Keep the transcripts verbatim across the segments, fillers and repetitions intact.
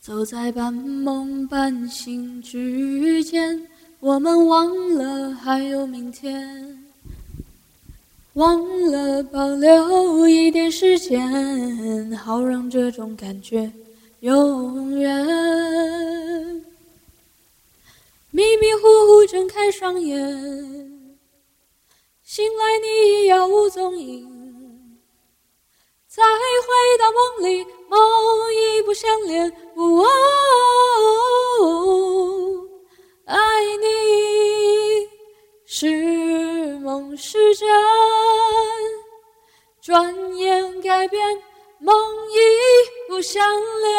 走在半梦半醒之间，我们忘了还有明天，忘了保留一点时间，好让这种感觉永远。迷迷糊糊睁开双眼，醒来你已杳无踪影，再回到梦里，梦已不相连。哦哦，爱你是梦是真，转眼改变，梦已不相连。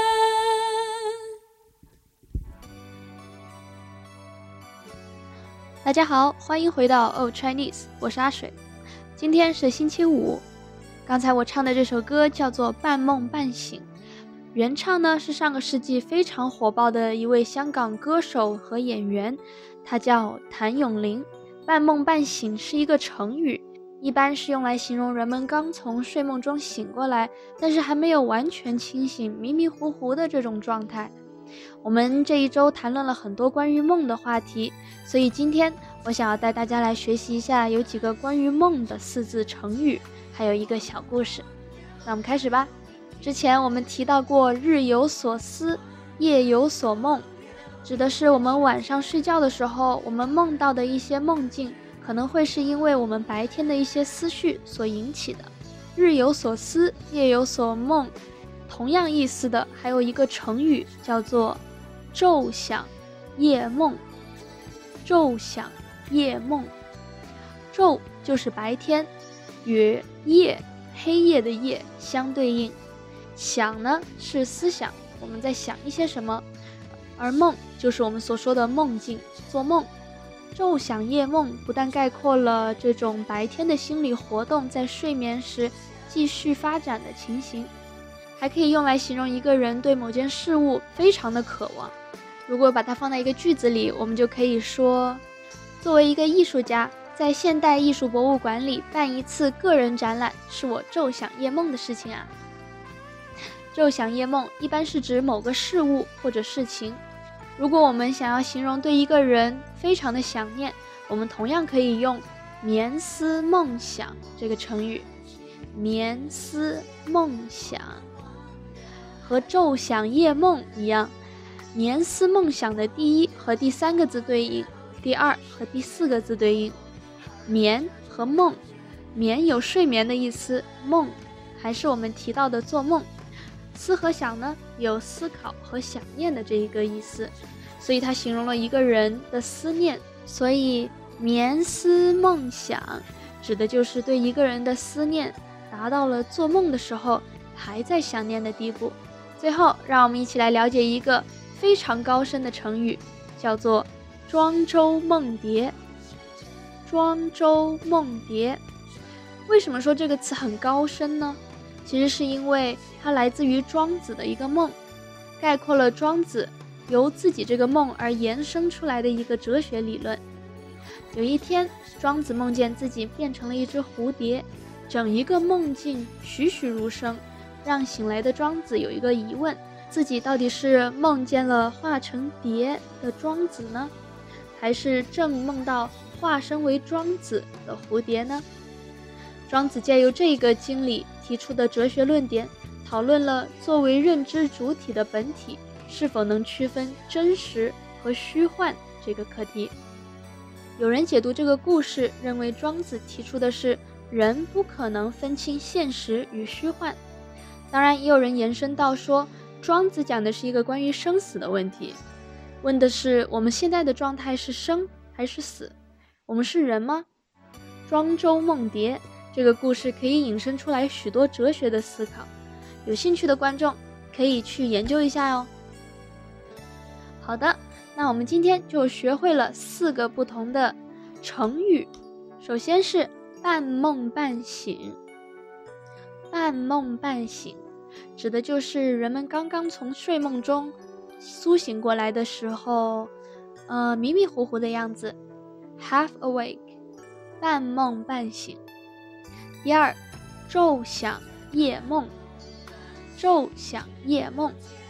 大家好，欢迎回到 Old Chinese， 我是阿水。今天是星期五，刚才我唱的这首歌叫做《半梦半醒》，原唱呢是上个世纪非常火爆的一位香港歌手和演员，他叫谭咏麟。半梦半醒是一个成语，一般是用来形容人们刚从睡梦中醒过来，但是还没有完全清醒，迷迷糊糊的这种状态。我们这一周谈论了很多关于梦的话题，所以今天我想要带大家来学习一下有几个关于梦的四字成语，还有一个小故事。那我们开始吧。之前我们提到过日有所思，夜有所梦，指的是我们晚上睡觉的时候，我们梦到的一些梦境，可能会是因为我们白天的一些思绪所引起的。日有所思，夜有所梦，同样意思的还有一个成语叫做昼想夜梦。昼想夜梦，昼就是白天，与夜黑夜的夜相对应。想呢是思想，我们在想一些什么，而梦就是我们所说的梦境，做梦。昼想夜梦不但概括了这种白天的心理活动在睡眠时继续发展的情形，还可以用来形容一个人对某件事物非常的渴望。如果把它放在一个句子里，我们就可以说，作为一个艺术家，在现代艺术博物馆里办一次个人展览，是我昼想夜梦的事情啊。昼想夜梦一般是指某个事物或者事情。如果我们想要形容对一个人非常的想念，我们同样可以用眠思梦想这个成语。眠思梦想和昼想夜梦一样，眠思梦想的第一和第三个字对应，第二和第四个字对应。眠和梦，眠有睡眠的意思，梦还是我们提到的做梦。思和想呢，有思考和想念的这一个意思，所以它形容了一个人的思念。所以眠思梦想指的就是对一个人的思念达到了做梦的时候还在想念的地步。最后让我们一起来了解一个非常高深的成语，叫做庄周梦蝶。庄周梦蝶，为什么说这个词很高深呢？其实是因为它来自于庄子的一个梦，概括了庄子由自己这个梦而延伸出来的一个哲学理论。有一天，庄子梦见自己变成了一只蝴蝶，整一个梦境栩栩如生，让醒来的庄子有一个疑问，自己到底是梦见了化成蝶的庄子呢，还是正梦到化身为庄子的蝴蝶呢？庄子借由这个经历提出的哲学论点，讨论了作为认知主体的本体是否能区分真实和虚幻这个课题。有人解读这个故事，认为庄子提出的是人不可能分清现实与虚幻。当然，也有人延伸到说，庄子讲的是一个关于生死的问题，问的是我们现在的状态是生还是死，我们是人吗？庄周梦蝶这个故事可以引申出来许多哲学的思考，有兴趣的观众可以去研究一下哦。好的，那我们今天就学会了四个不同的成语。首先是半梦半醒。半梦半醒指的就是人们刚刚从睡梦中苏醒过来的时候，呃，迷迷糊糊的样子， half awake， 半梦半醒。第二，昼想夜梦。昼想夜梦，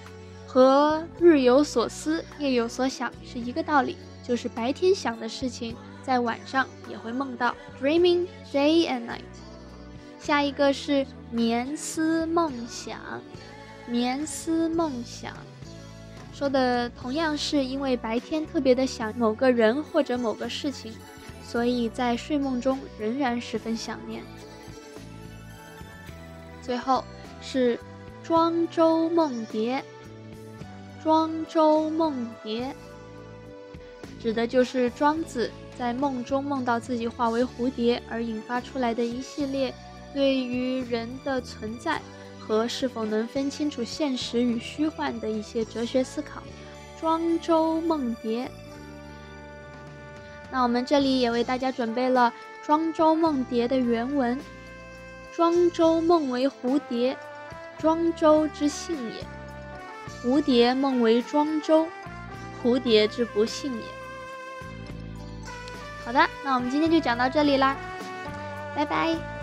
和日有所思夜有所想是一个道理，就是白天想的事情在晚上也会梦到， dreaming day and night。 下一个是眠思梦想，眠思梦想说的同样是因为白天特别的想某个人或者某个事情，所以在睡梦中仍然十分想念。最后是庄周梦蝶，庄周梦蝶指的就是庄子在梦中梦到自己化为蝴蝶而引发出来的一系列对于人的存在和是否能分清楚现实与虚幻的一些哲学思考。庄周梦蝶，那我们这里也为大家准备了庄周梦蝶的原文。庄周梦为蝴蝶，庄周之幸也；蝴蝶梦为庄周，蝴蝶之不幸也。好的，那我们今天就讲到这里啦，拜拜。